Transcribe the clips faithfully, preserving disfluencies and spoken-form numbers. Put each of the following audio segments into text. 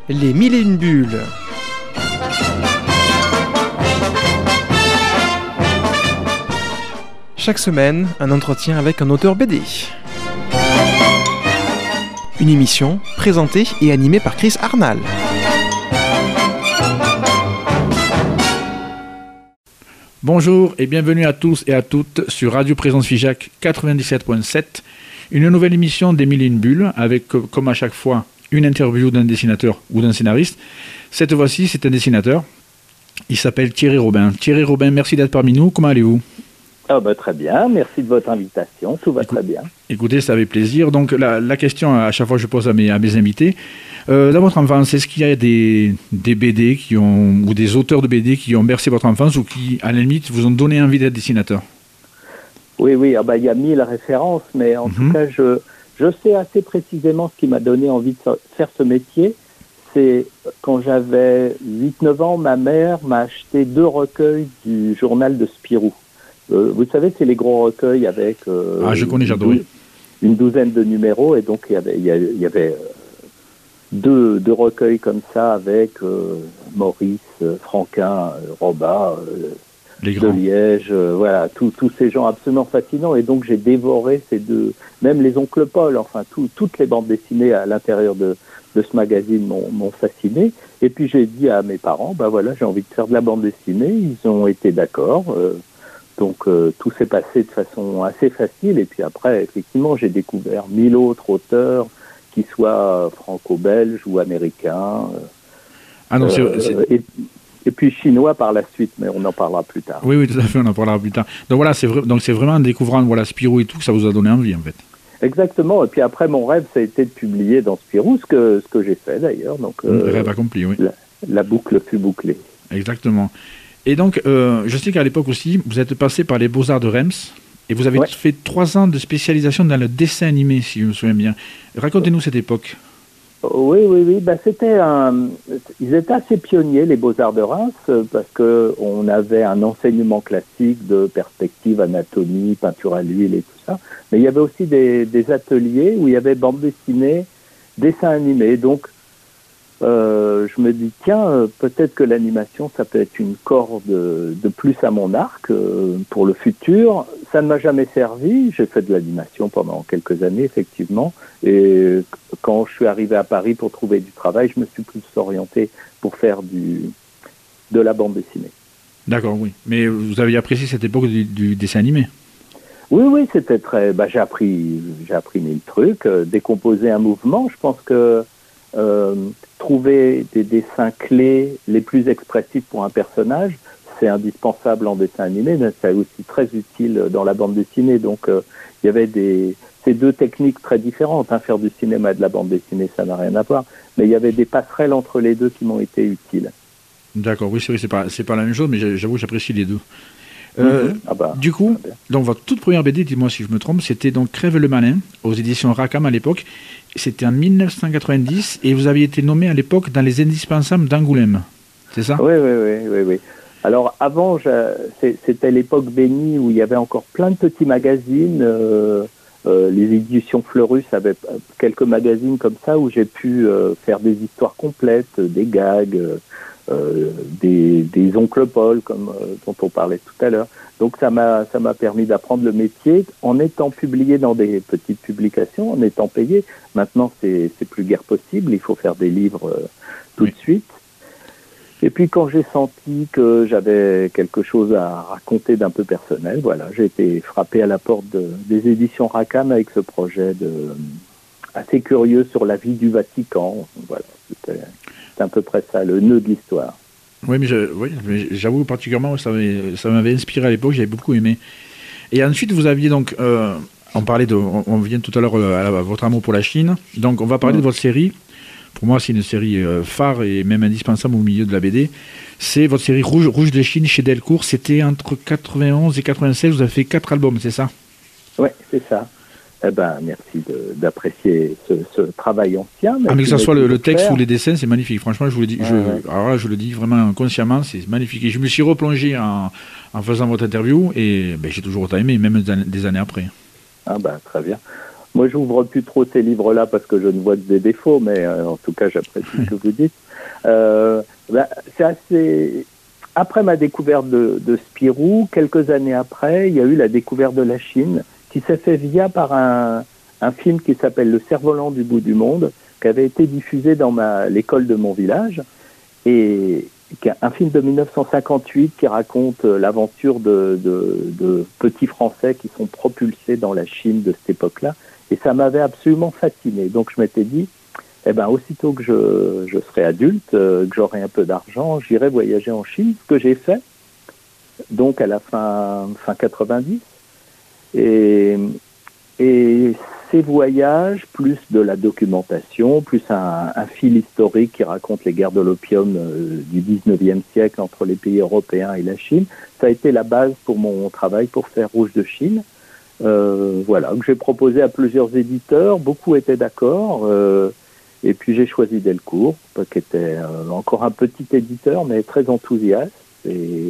Les mille et une bulles. Chaque semaine, un entretien avec un auteur B D. Une émission présentée et animée par Chris Arnal. Bonjour et bienvenue à tous et à toutes sur Radio Présence Figeac quatre-vingt-dix-sept point sept. Une nouvelle émission des mille et une bulles avec, comme à chaque fois, une interview d'un dessinateur ou d'un scénariste. Cette fois-ci, c'est un dessinateur. Il s'appelle Thierry Robin. Thierry Robin, merci d'être parmi nous. Comment allez-vous ? Ah bah, très bien, merci de votre invitation, tout va Écoute, très bien. Écoutez, ça fait plaisir. Donc la, la question à chaque fois que je pose à mes, à mes invités, euh, dans votre enfance, est-ce qu'il y a des, des B D qui ont, ou des auteurs de B D qui ont bercé votre enfance ou qui, à la limite, vous ont donné envie d'être dessinateur ? Oui, oui, ah bah, il y a mille références, mais en mm-hmm. tout cas, je, je sais assez précisément ce qui m'a donné envie de faire ce métier. C'est quand j'avais huit neuf ans, ma mère m'a acheté deux recueils du journal de Spirou. Euh, vous savez, c'est les gros recueils avec euh, ah, je connais, une, douzaine, une douzaine de numéros, et donc il y avait, il y avait, il y avait euh, deux, deux recueils comme ça avec euh, Maurice, euh, Franquin, euh, Robat, euh, de Liège, euh, voilà, tous ces gens absolument fascinants, et donc j'ai dévoré ces deux, même les oncles Paul, enfin tout, toutes les bandes dessinées à l'intérieur de, de ce magazine m'ont fasciné, et puis j'ai dit à mes parents, ben voilà, j'ai envie de faire de la bande dessinée, ils ont été d'accord. Euh, Donc euh, tout s'est passé de façon assez facile, et puis après effectivement j'ai découvert mille autres auteurs, qui soient franco-belges ou américains, ah non, euh, c'est... et, et puis chinois par la suite, mais on en parlera plus tard. Oui, oui, tout à fait, on en parlera plus tard. Donc voilà, c'est vrai, donc c'est vraiment en découvrant voilà Spirou et tout que ça vous a donné envie en fait. Exactement, et puis après mon rêve ça a été de publier dans Spirou, ce que ce que j'ai fait d'ailleurs. Donc euh, rêve accompli, oui. La, la boucle fut bouclée. Exactement. Et donc, euh, je sais qu'à l'époque aussi, vous êtes passé par les Beaux-Arts de Reims, et vous avez ouais. fait trois ans de spécialisation dans le dessin animé, si je me souviens bien. Racontez-nous cette époque. Oui, oui, oui. Ben, c'était un... Ils étaient assez pionniers, les Beaux-Arts de Reims, parce qu'on avait un enseignement classique de perspective, anatomie, peinture à l'huile et tout ça. Mais il y avait aussi des, des ateliers où il y avait bande dessinée, dessin animé. Donc, Euh, je me dis, tiens, euh, peut-être que l'animation, ça peut être une corde de, de plus à mon arc euh, pour le futur. Ça ne m'a jamais servi. J'ai fait de l'animation pendant quelques années, effectivement. Et quand je suis arrivé à Paris pour trouver du travail, je me suis plus orienté pour faire du, de la bande dessinée. D'accord, oui. Mais vous avez apprécié cette époque du, du dessin animé ? Oui, oui, c'était très... Bah, j'ai appris, j'ai appris mille trucs. Euh, décomposer un mouvement, je pense que Euh, trouver des dessins clés les plus expressifs pour un personnage, c'est indispensable en dessin animé, mais c'est aussi très utile dans la bande dessinée. Donc, il euh, y avait des, ces deux techniques très différentes. Hein. Faire du cinéma et de la bande dessinée, ça n'a rien à voir. Mais il y avait des passerelles entre les deux qui m'ont été utiles. D'accord, oui, c'est vrai, c'est pas, c'est pas la même chose, mais j'avoue, j'apprécie les deux. Euh, mmh. ah bah, du coup, donc votre toute première B D, dis-moi si je me trompe, c'était donc Crève le Malin, aux éditions Rackham à l'époque. C'était en mille neuf cent quatre-vingt-dix et vous aviez été nommé à l'époque dans les indispensables d'Angoulême, c'est ça ? Oui, oui, oui, oui, oui. Alors avant, je, c'était l'époque bénie où il y avait encore plein de petits magazines. Euh, euh, les éditions Fleurus avaient quelques magazines comme ça où j'ai pu euh, faire des histoires complètes, des gags. Euh, des, des oncles Paul, comme euh, dont on parlait tout à l'heure. Donc ça m'a ça m'a permis d'apprendre le métier en étant publié dans des petites publications, en étant payé. Maintenant, c'est c'est plus guère possible. Il faut faire des livres euh, tout oui. de suite. Et puis quand j'ai senti que j'avais quelque chose à raconter d'un peu personnel, voilà, j'ai été frappé à la porte de, des éditions Rackham avec ce projet de assez curieux sur la vie du Vatican. Voilà, c'était c'est à peu près ça, le nœud de l'histoire. Oui, mais, je, oui, mais j'avoue particulièrement, ça m'avait, ça m'avait inspiré à l'époque, j'avais beaucoup aimé. Et ensuite, vous aviez donc, euh, on parlait de, on, on vient tout à l'heure à, la, à votre amour pour la Chine, donc on va parler mmh. de votre série. Pour moi, c'est une série euh, phare et même indispensable au milieu de la B D. C'est votre série Rouge, Rouge de Chine chez Delcourt. C'était entre quatre-vingt-onze et quatre-vingt-seize, vous avez fait quatre albums, c'est ça ? Oui, c'est ça. Eh ben, merci de, d'apprécier ce, ce travail ancien. Ah, mais que ce soit le, le texte ou les dessins, c'est magnifique. Franchement, je vous le dis, ouais, je, ouais. Alors là, je le dis vraiment consciemment, c'est magnifique. Et je me suis replongé en, en faisant votre interview et ben, j'ai toujours autant aimé, même des années après. Ah ben, très bien. Moi, j'ouvre plus trop ces livres-là parce que je ne vois que des défauts, mais euh, en tout cas, j'apprécie ce que vous dites. Euh, bah, c'est assez... Après ma découverte de, de Spirou, quelques années après, il y a eu la découverte de la Chine, qui s'est fait via par un, un film qui s'appelle Le Cerf-Volant du bout du monde, qui avait été diffusé dans ma, l'école de mon village, et un film de mille neuf cent cinquante-huit qui raconte l'aventure de, de, de petits Français qui sont propulsés dans la Chine de cette époque-là. Et ça m'avait absolument fasciné. Donc je m'étais dit, eh ben, aussitôt que je, je serai adulte, euh, que j'aurai un peu d'argent, j'irai voyager en Chine, ce que j'ai fait, donc à la fin, fin quatre-vingt-dix. Et, et ces voyages, plus de la documentation, plus un, un fil historique qui raconte les guerres de l'opium euh, du dix-neuvième siècle entre les pays européens et la Chine, ça a été la base pour mon travail pour faire Rouge de Chine. Euh, voilà, que j'ai proposé à plusieurs éditeurs, beaucoup étaient d'accord, euh, et puis j'ai choisi Delcourt, qui était euh, encore un petit éditeur, mais très enthousiaste. Et,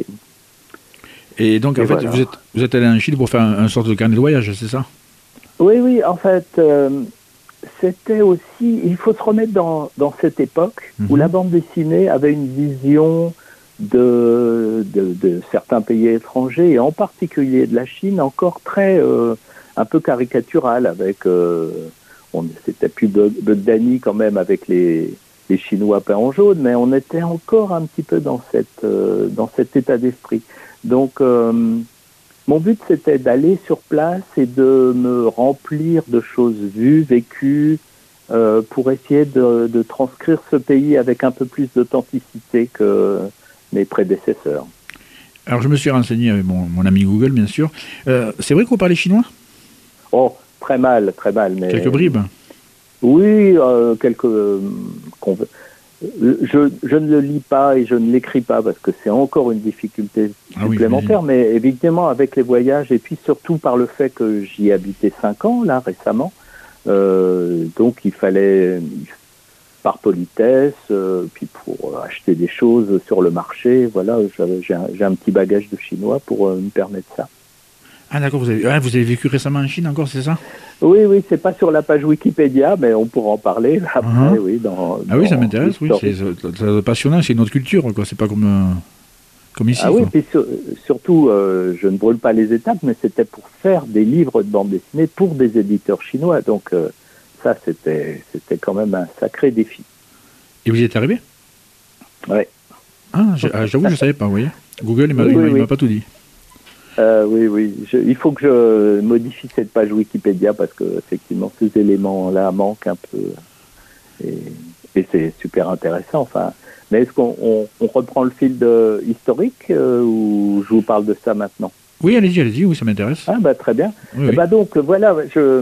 et donc, et en fait, voilà. vous êtes, vous êtes allé en Chine pour faire un, un sorte de carnet de voyage, c'est ça? Oui, oui, en fait, euh, c'était aussi, il faut se remettre dans, dans cette époque mm-hmm. où la bande dessinée avait une vision de, de, de certains pays étrangers, et en particulier de la Chine, encore très, euh, un peu caricaturale, avec, euh, on, c'était plus Bug Danny quand même avec les, les Chinois peints en jaune, mais on était encore un petit peu dans, cette, euh, dans cet état d'esprit. Donc, euh, mon but, c'était d'aller sur place et de me remplir de choses vues, vécues, euh, pour essayer de, de transcrire ce pays avec un peu plus d'authenticité que mes prédécesseurs. Alors, je me suis renseigné avec mon, mon ami Google, bien sûr. Euh, c'est vrai que vous parlez chinois? Oh, très mal, très mal. Mais... Quelques bribes? Oui, euh, quelques... Euh, Je, je ne le lis pas et je ne l'écris pas parce que c'est encore une difficulté supplémentaire, ah oui, mais évidemment avec les voyages et puis surtout par le fait que j'y ai habité cinq ans là récemment, euh, donc il fallait par politesse, euh, puis pour acheter des choses sur le marché, voilà, j'ai un, j'ai un petit bagage de chinois pour euh, me permettre ça. Ah d'accord, vous avez, ah, vous avez vécu récemment en Chine encore, c'est ça? Oui, oui, c'est pas sur la page Wikipédia, mais on pourra en parler après, uh-huh. oui. Dans, ah oui, dans ça m'intéresse, oui, c'est, c'est passionnant, c'est une autre culture, quoi. C'est pas comme, euh, comme ici. Ah oui, quoi. puis sur, surtout, euh, je ne brûle pas les étapes, mais c'était pour faire des livres de bande dessinée pour des éditeurs chinois, donc euh, ça, c'était, c'était quand même un sacré défi. Et vous y êtes arrivé? Oui. Ah, j'avoue, je ne savais pas, vous voyez. Google, il m'a, oui, il m'a, oui. il m'a pas tout dit. Euh, oui, oui. Je, il faut que je modifie cette page Wikipédia parce que effectivement ces éléments-là manquent un peu et, et c'est super intéressant. Enfin, mais est-ce qu'on on, on reprend le fil de, historique euh, ou je vous parle de ça maintenant? Oui, allez-y, allez-y. Oui, ça m'intéresse. Ah bah très bien. Oui, et oui. Bah donc voilà, je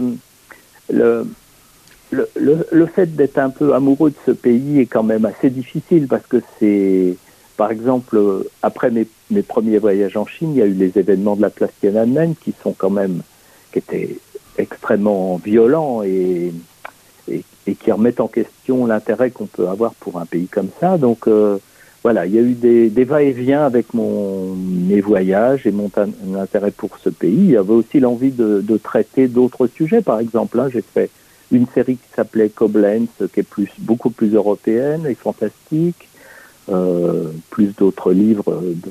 le, le le le fait d'être un peu amoureux de ce pays est quand même assez difficile parce que c'est par exemple, après mes, mes premiers voyages en Chine, il y a eu les événements de la place Tiananmen qui sont quand même, qui étaient extrêmement violents et, et, et qui remettent en question l'intérêt qu'on peut avoir pour un pays comme ça. Donc euh, voilà, il y a eu des, des va-et-vient avec mon, mes voyages et mon, mon intérêt pour ce pays. Il y avait aussi l'envie de, de traiter d'autres sujets. Par exemple, là, j'ai fait une série qui s'appelait Koblenz, qui est plus, beaucoup plus européenne et fantastique. Euh, plus d'autres livres. De...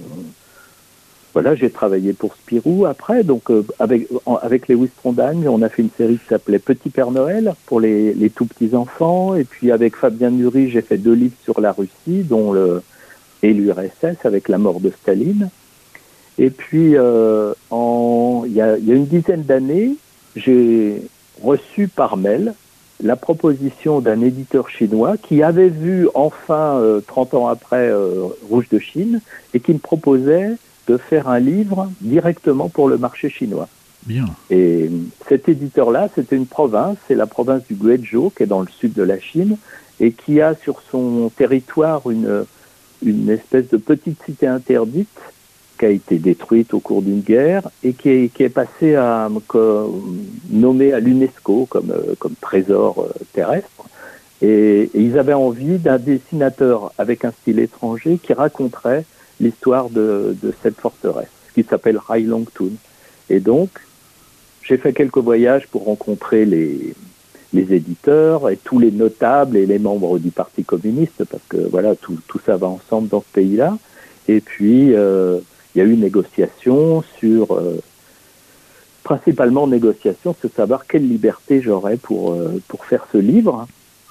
Voilà, j'ai travaillé pour Spirou après, donc euh, avec en, avec Lewis Trondheim, on a fait une série qui s'appelait Petit Père Noël pour les, les tout petits enfants, et puis avec Fabien Nury, j'ai fait deux livres sur la Russie, dont le et l'U R S S avec la mort de Staline. Et puis euh, en il y a, y a une dizaine d'années, j'ai reçu par mail la proposition d'un éditeur chinois qui avait vu enfin, euh, trente ans après, euh, Rouge de Chine, et qui me proposait de faire un livre directement pour le marché chinois. Bien. Et cet éditeur-là, c'était une province, c'est la province du Guizhou, qui est dans le sud de la Chine, et qui a sur son territoire une, une espèce de petite cité interdite qui a été détruite au cours d'une guerre et qui est, qui est passée à comme, nommée à l'UNESCO comme, comme trésor euh, terrestre. Et, et ils avaient envie d'un dessinateur avec un style étranger qui raconterait l'histoire de, de cette forteresse, qui s'appelle Hai Long Tun. Et donc, j'ai fait quelques voyages pour rencontrer les, les éditeurs et tous les notables et les membres du Parti communiste, parce que voilà, tout, tout ça va ensemble dans ce pays-là. Et puis, euh, il y a eu une négociation sur, euh, principalement négociation, sur savoir quelle liberté j'aurais pour, euh, pour faire ce livre.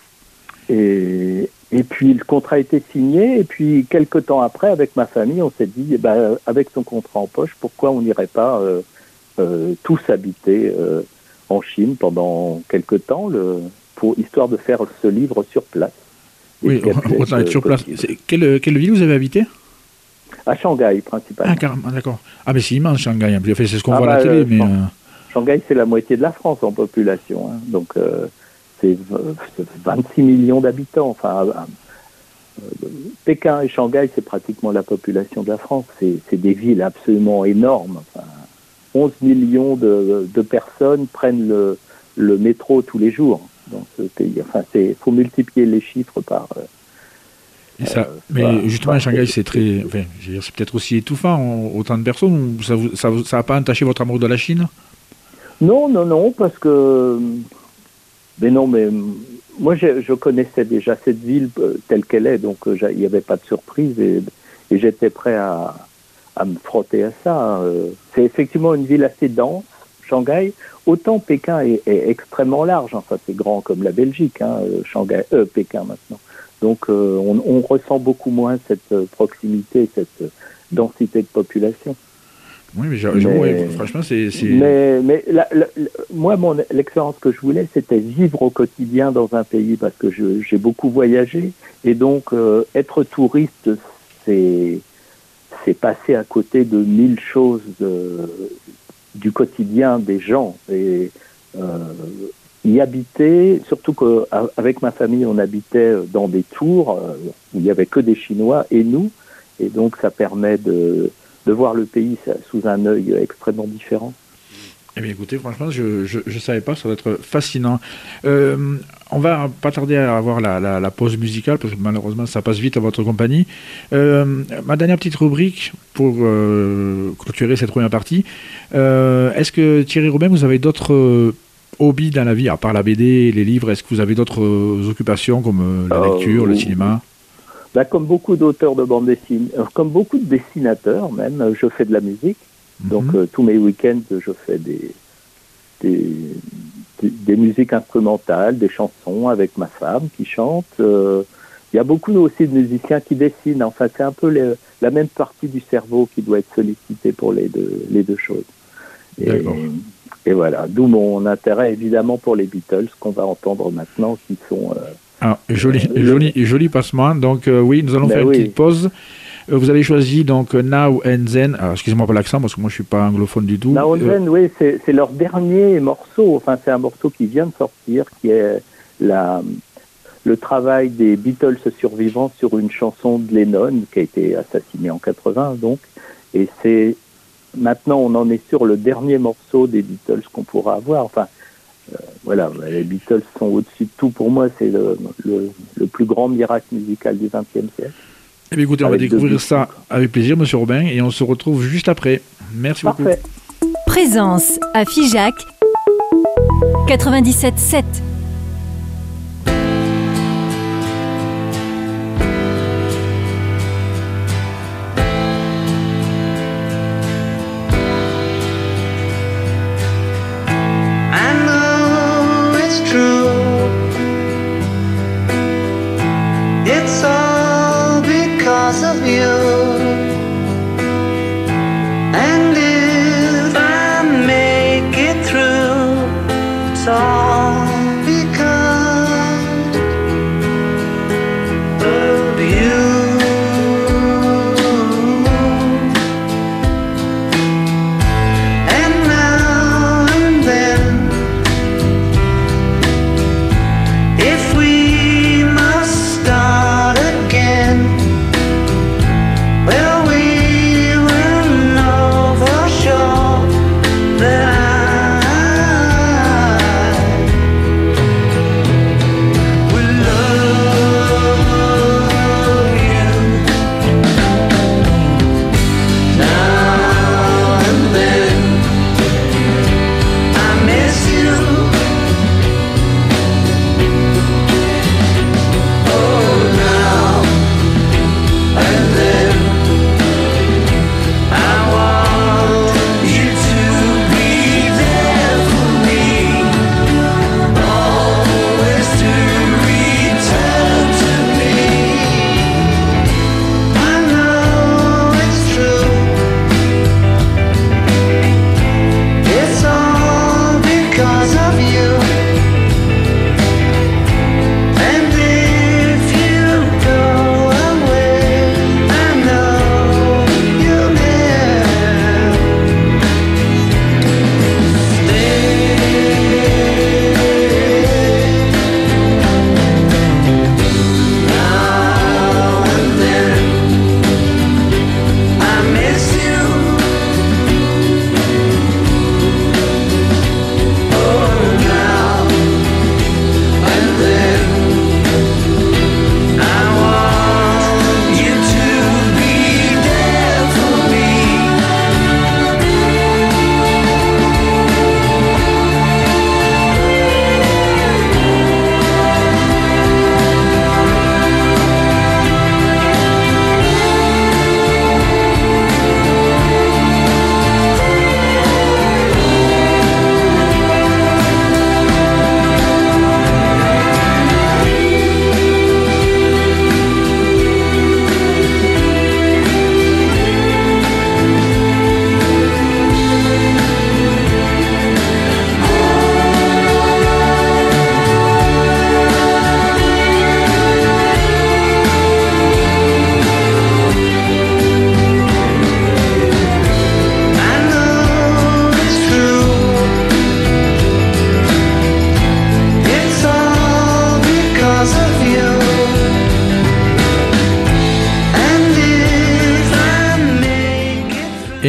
Et, et puis, le contrat a été signé, et puis, quelques temps après, avec ma famille, on s'est dit, bah, avec son contrat en poche, pourquoi on n'irait pas euh, euh, tous habiter euh, en Chine pendant quelques temps, le, pour, histoire de faire ce livre sur place. Oui, autant être sur place. C'est, quelle, quelle ville vous avez habité ? À Shanghai, principalement. Ah, carrément, d'accord. Ah, mais c'est immense, Shanghai. Enfin, c'est ce qu'on ah, voit bah, à la télé, euh, mais... Euh... Shanghai, c'est la moitié de la France en population. Hein. Donc, euh, c'est vingt-six millions d'habitants. Enfin, euh, Pékin et Shanghai, c'est pratiquement la population de la France. C'est, c'est des villes absolument énormes. Enfin, onze millions de, de personnes prennent le, le métro tous les jours dans ce pays. Enfin, il faut multiplier les chiffres par... Euh, Et ça, euh, mais voilà. justement, à Shanghai, c'est très... Enfin, je veux dire, c'est peut-être aussi étouffant, autant de personnes. Ça n'a ça, ça pas entaché votre amour de la Chine ? Non, non, non, parce que... Mais non, mais moi, je, je connaissais déjà cette ville euh, telle qu'elle est, donc euh, il n'y avait pas de surprise et, et j'étais prêt à, à me frotter à ça. Euh, c'est effectivement une ville assez dense, Shanghai. Autant Pékin est, est extrêmement large, enfin c'est grand comme la Belgique, hein, Shanghai, euh, Pékin maintenant. Donc euh, on, on ressent beaucoup moins cette euh, proximité, cette euh, densité de population. Oui, mais, j'avoue, ouais, franchement, c'est... c'est... Mais, mais la, la, la, moi, mon, l'expérience que je voulais, c'était vivre au quotidien dans un pays, parce que je, j'ai beaucoup voyagé, et donc euh, être touriste, c'est, c'est passer à côté de mille choses de, du quotidien des gens. Et euh, y habiter, surtout qu'avec ma famille, on habitait dans des tours où il n'y avait que des Chinois et nous, et donc ça permet de... de voir le pays sous un œil extrêmement différent. Eh bien, écoutez, franchement, je ne savais pas, ça va être fascinant. Euh, on va pas tarder à avoir la, la, la pause musicale, parce que malheureusement, ça passe vite à votre compagnie. Euh, ma dernière petite rubrique pour euh, clôturer cette première partie. Euh, est-ce que, Thierry Robin, vous avez d'autres euh, hobbies dans la vie, à part la B D, les livres? Est-ce que vous avez d'autres euh, occupations, comme euh, la euh, lecture, le cinéma? Bah, comme beaucoup d'auteurs de bande dessinée, euh, comme beaucoup de dessinateurs même, euh, je fais de la musique. Mm-hmm. Donc euh, tous mes week-ends, je fais des, des, des, des musiques instrumentales, des chansons avec ma femme qui chante. Il euh, y a beaucoup aussi de musiciens qui dessinent. Enfin, c'est un peu les, la même partie du cerveau qui doit être sollicitée pour les deux, les deux choses. Et, et voilà, d'où mon intérêt évidemment pour les Beatles, qu'on va entendre maintenant, qui sont... Euh, Ah, joli, euh, joli, le... joli passement. Donc euh, oui, nous allons ben faire oui. une petite pause. Euh, vous avez choisi donc Now and Then. Alors, excusez-moi pour l'accent parce que moi je suis pas anglophone du tout. Now and euh... Then, oui, c'est, c'est leur dernier morceau. Enfin, c'est un morceau qui vient de sortir, qui est la, le travail des Beatles survivants sur une chanson de Lennon qui a été assassiné en quatre-vingts, donc. Et c'est maintenant, on en est sur le dernier morceau des Beatles qu'on pourra avoir. Enfin. Euh, voilà, les Beatles sont au-dessus de tout. Pour moi, c'est le, le, le plus grand miracle musical du vingtième siècle. Eh bien, écoutez, on va découvrir ça avec plaisir, Monsieur Robin, et on se retrouve juste après. Merci Parfait. beaucoup. Présence à Figeac quatre-vingt-dix-sept sept. Of you, and if I make it through, it's all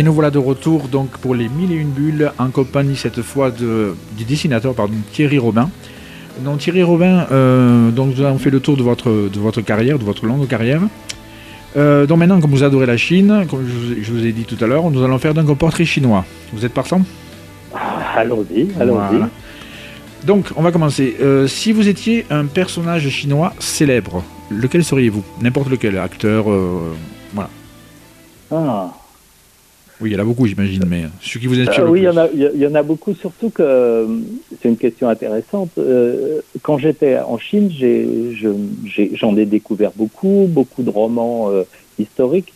nous voilà de retour donc pour les mille et une bulles en compagnie cette fois de, du dessinateur pardon, Thierry Robin. Donc Thierry Robin, euh, donc nous avons fait le tour de votre, de votre carrière, de votre longue carrière. Euh, donc maintenant, comme vous adorez la Chine, comme je, je vous ai dit tout à l'heure, nous allons faire donc un portrait chinois. Vous êtes partant ? Allons-y, allons-y. Voilà. Donc, on va commencer. Euh, si vous étiez un personnage chinois célèbre, lequel seriez-vous ? N'importe lequel, acteur, euh, voilà. Ah. Oui, il y en a beaucoup, j'imagine, mais celui qui vous inspire Euh, le oui, il y, plus. en a, il y en a beaucoup, surtout que euh, c'est une question intéressante. Euh, quand j'étais en Chine, j'ai, je, j'ai, j'en ai découvert beaucoup, beaucoup de romans euh, historiques.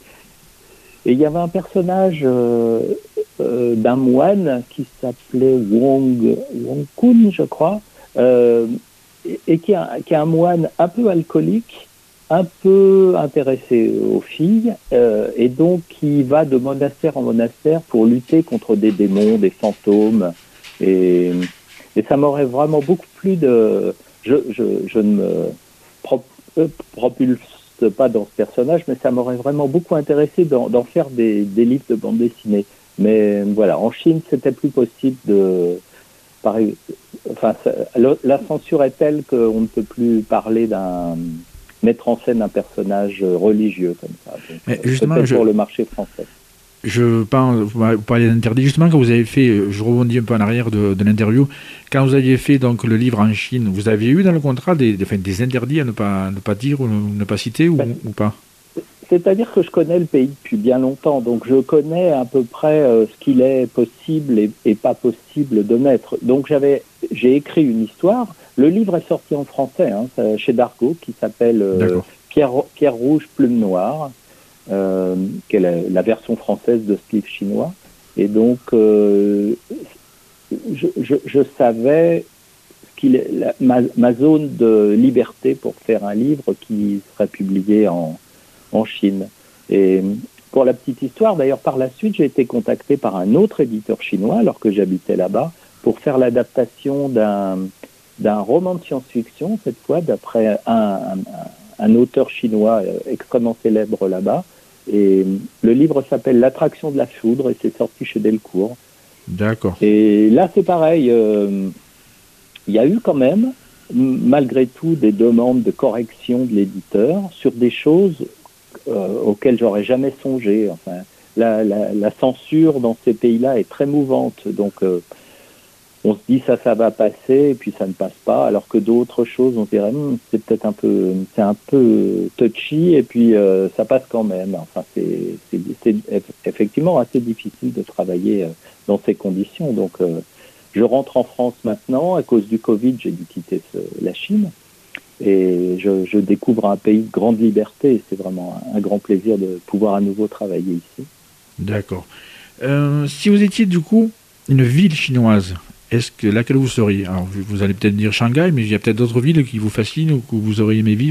Et il y avait un personnage euh, euh, d'un moine qui s'appelait Wong, Wong Kun, je crois, euh, et, et qui, est un, qui est un moine un peu alcoolique, un peu intéressé aux filles, euh, et donc qui va de monastère en monastère pour lutter contre des démons, des fantômes. Et, et ça m'aurait vraiment beaucoup plu de... Je, je, je ne me prop, euh, propulse pas dans ce personnage, mais ça m'aurait vraiment beaucoup intéressé d'en, d'en faire des, des livres de bande dessinée. Mais voilà, en Chine, c'était plus possible de... Pareil, enfin, ça, la censure est telle qu'on ne peut plus parler d'un... mettre en scène un personnage religieux comme ça. Donc, Mais justement, peut-être je, pour le marché français. Je pense, vous parlez d'interdit, justement, quand vous avez fait, je rebondis un peu en arrière de, de l'interview, quand vous aviez fait donc le livre en Chine, vous aviez eu dans le contrat des, des, enfin, des interdits à ne pas, ne pas dire ou ne pas citer ou, ben, ou pas ? C'est-à-dire que je connais le pays depuis bien longtemps, donc je connais à peu près euh, ce qu'il est possible et, et pas possible de mettre. Donc j'avais, j'ai écrit une histoire. Le livre est sorti en français, hein, chez Dargaud, qui s'appelle euh, Pierre, Pierre Rouge, Plume Noire, euh, qui est la, la version française de ce livre chinois. Et donc, euh, je, je, je savais qu'il est la, ma, ma zone de liberté pour faire un livre qui serait publié en, en Chine. Et pour la petite histoire, d'ailleurs, par la suite, j'ai été contacté par un autre éditeur chinois, alors que j'habitais là-bas, pour faire l'adaptation d'un... d'un roman de science-fiction, cette fois, d'après un, un, un auteur chinois extrêmement célèbre là-bas. Et le livre s'appelle L'attraction de la foudre et c'est sorti chez Delcourt. D'accord. Et là, c'est pareil. Euh, il y a eu quand même, malgré tout, des demandes de correction de l'éditeur sur des choses euh, auxquelles j'aurais jamais songé. Enfin, la, la, la censure dans ces pays-là est très mouvante. Donc, euh, on se dit ça, ça va passer, et puis ça ne passe pas, alors que d'autres choses, on se dirait, hm, c'est peut-être un peu, c'est un peu touchy, et puis euh, ça passe quand même. Enfin, c'est, c'est, c'est effectivement assez difficile de travailler euh, dans ces conditions. Donc, euh, je rentre en France maintenant, à cause du Covid, j'ai dû quitter ce, la Chine, et je, je découvre un pays de grande liberté, et c'est vraiment un, un grand plaisir de pouvoir à nouveau travailler ici. D'accord. Euh, si vous étiez du coup une ville chinoise, est-ce que laquelle vous seriez ? Alors, vous allez peut-être dire Shanghai, mais il y a peut-être d'autres villes qui vous fascinent ou que vous auriez aimé vivre ?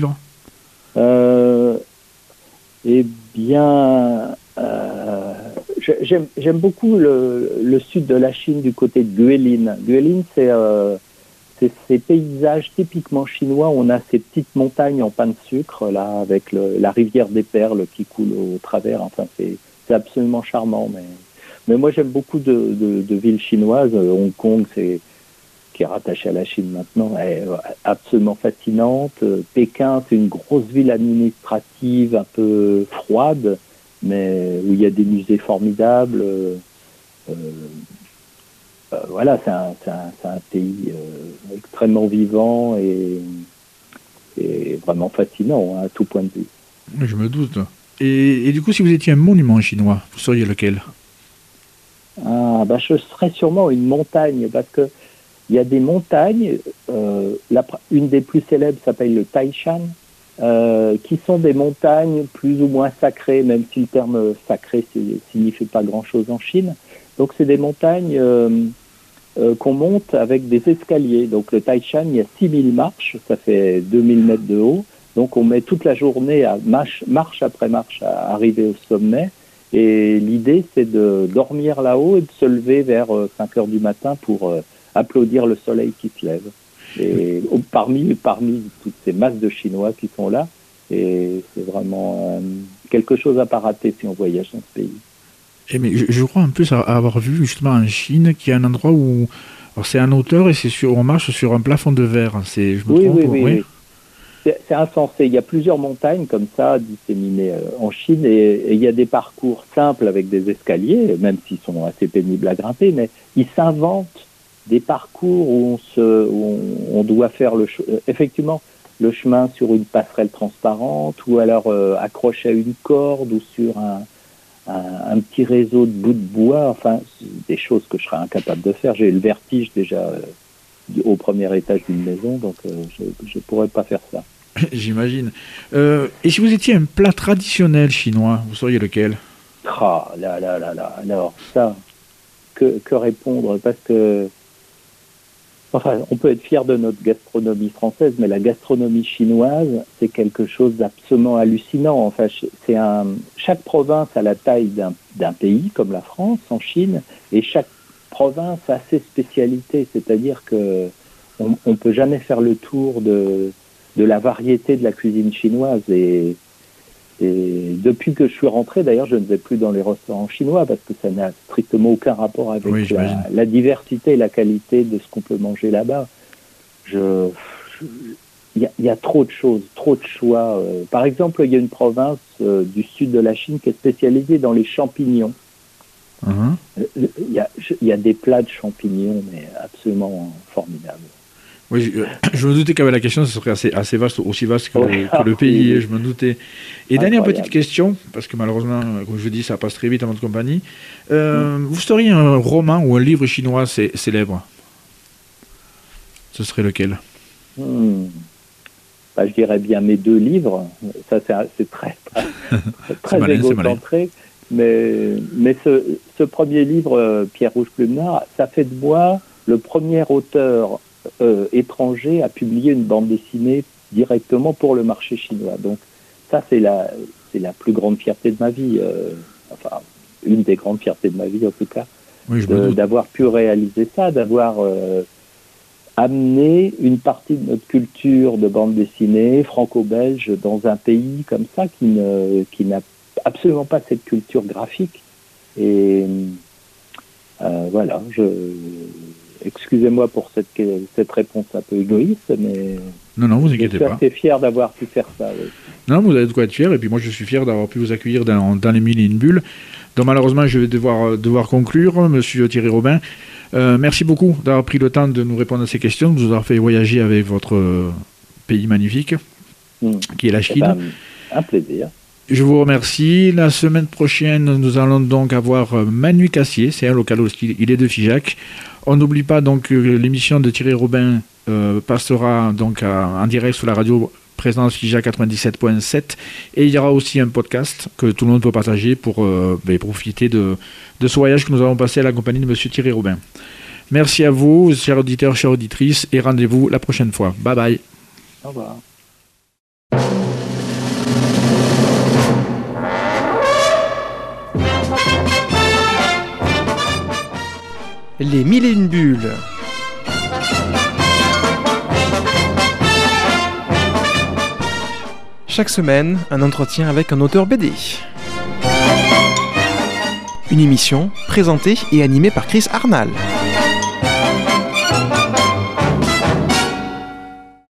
euh, Eh bien, euh, j'aime, j'aime beaucoup le, le sud de la Chine, du côté de Guilin. Guilin, c'est, euh, c'est ces paysages typiquement chinois où on a ces petites montagnes en pain de sucre, là, avec le, la rivière des perles qui coule au travers. Enfin, c'est, c'est absolument charmant, mais... Mais moi, j'aime beaucoup de, de, de villes chinoises. Hong Kong, c'est, qui est rattaché à la Chine maintenant, est absolument fascinante. Pékin, c'est une grosse ville administrative un peu froide, mais où il y a des musées formidables. Euh, euh, voilà, c'est un, c'est un, c'est un pays euh, extrêmement vivant et, et vraiment fascinant hein, à tout point de vue. Je me doute. Et, et du coup, si vous étiez un monument chinois, vous seriez lequel ? Ah, bah, je serais sûrement une montagne, parce que il y a des montagnes, euh, la, une des plus célèbres s'appelle le Taishan, euh, qui sont des montagnes plus ou moins sacrées, même si le terme sacré signifie pas grand-chose en Chine. Donc c'est des montagnes euh, euh, qu'on monte avec des escaliers. Donc le Taishan, il y a six mille marches, ça fait deux mille mètres de haut. Donc on met toute la journée à marche, marche après marche à arriver au sommet. Et l'idée, c'est de dormir là-haut et de se lever vers cinq heures du matin pour euh, applaudir le soleil qui se lève. Et oh, parmi, parmi toutes ces masses de Chinois qui sont là, et c'est vraiment euh, quelque chose à pas rater si on voyage dans ce pays. Et mais je, je crois en plus avoir vu justement en Chine qu'il y a un endroit où alors c'est un hauteur et c'est sur, on marche sur un plafond de verre. C'est, je me oui, trompe, oui, oui, oui. oui. C'est, c'est insensé. Il y a plusieurs montagnes comme ça disséminées euh, en Chine et, et il y a des parcours simples avec des escaliers, même s'ils sont assez pénibles à grimper, mais ils s'inventent des parcours où on se, où on, on doit faire le, effectivement, le chemin sur une passerelle transparente ou alors euh, accroché à une corde ou sur un, un, un petit réseau de bouts de bois. Enfin, des choses que je serais incapable de faire. J'ai le vertige déjà euh, au premier étage d'une maison, donc euh, je ne pourrais pas faire ça. J'imagine. Euh, et si vous étiez un plat traditionnel chinois, vous sauriez lequel? Ah, là, là, là, là. Alors, ça, que, que répondre? Parce que, enfin, on peut être fier de notre gastronomie française, mais la gastronomie chinoise, c'est quelque chose d'absolument hallucinant. Enfin, c'est un, chaque province a la taille d'un, d'un pays, comme la France, en Chine, et chaque province a ses spécialités. C'est-à-dire que on, on peut jamais faire le tour de de la variété de la cuisine chinoise. Et, et depuis que je suis rentré, d'ailleurs, je ne vais plus dans les restaurants chinois parce que ça n'a strictement aucun rapport avec oui, la, la diversité et la qualité de ce qu'on peut manger là-bas. Je, il y, y a trop de choses, trop de choix. Par exemple, il y a une province euh, du sud de la Chine qui est spécialisée dans les champignons. Uh-huh. Il y a, il y a des plats de champignons, mais absolument formidables. Oui, je, je me doutais qu'avec la question, ce serait assez, assez vaste, aussi vaste que, oui, le, que le pays, oui. Je me doutais. Et incroyable. Dernière petite question, parce que malheureusement, comme je dis, ça passe très vite à votre compagnie. Euh, mm. Vous seriez un roman ou un livre chinois c- célèbre? Ce serait lequel? mm. bah, Je dirais bien mes deux livres. Ça, c'est, c'est très, c'est très c'est égocentré. Mais, mais ce, ce premier livre, Pierre Rouge Plume Noire, ça fait de moi le premier auteur Euh, étranger a publié une bande dessinée directement pour le marché chinois. Donc ça, c'est la, c'est la plus grande fierté de ma vie, euh, enfin, une des grandes fiertés de ma vie en tout cas, oui, de, d'avoir pu réaliser ça, d'avoir euh, amené une partie de notre culture de bande dessinée franco-belge dans un pays comme ça qui, ne, qui n'a absolument pas cette culture graphique. Et euh, voilà, je... Excusez-moi pour cette, cette réponse un peu égoïste, mais non, non, vous inquiétez je suis pas. assez fier d'avoir pu faire ça. Oui. Non, vous avez de quoi être fier, et puis moi je suis fier d'avoir pu vous accueillir dans, dans les Mille et une Bulles. Donc malheureusement, je vais devoir, devoir conclure, monsieur Thierry Robin. Euh, merci beaucoup d'avoir pris le temps de nous répondre à ces questions, de nous avoir fait voyager avec votre pays magnifique, mmh. qui est la Chine. Ben, un plaisir. Je vous remercie. La semaine prochaine, nous allons donc avoir Manu Cassier, c'est un local aussi, il est de Figeac. On n'oublie pas donc que l'émission de Thierry Robin euh, passera donc à, en direct sur la radio Présence Figeac quatre-vingt-dix-sept point sept et il y aura aussi un podcast que tout le monde peut partager pour euh, ben, profiter de, de ce voyage que nous avons passé à la compagnie de monsieur Thierry Robin. Merci à vous, chers auditeurs, chères auditrices, et rendez-vous la prochaine fois. Bye bye. Au revoir. Les Mille et une Bulles. Chaque semaine, un entretien avec un auteur B D. Une émission présentée et animée par Chris Arnal.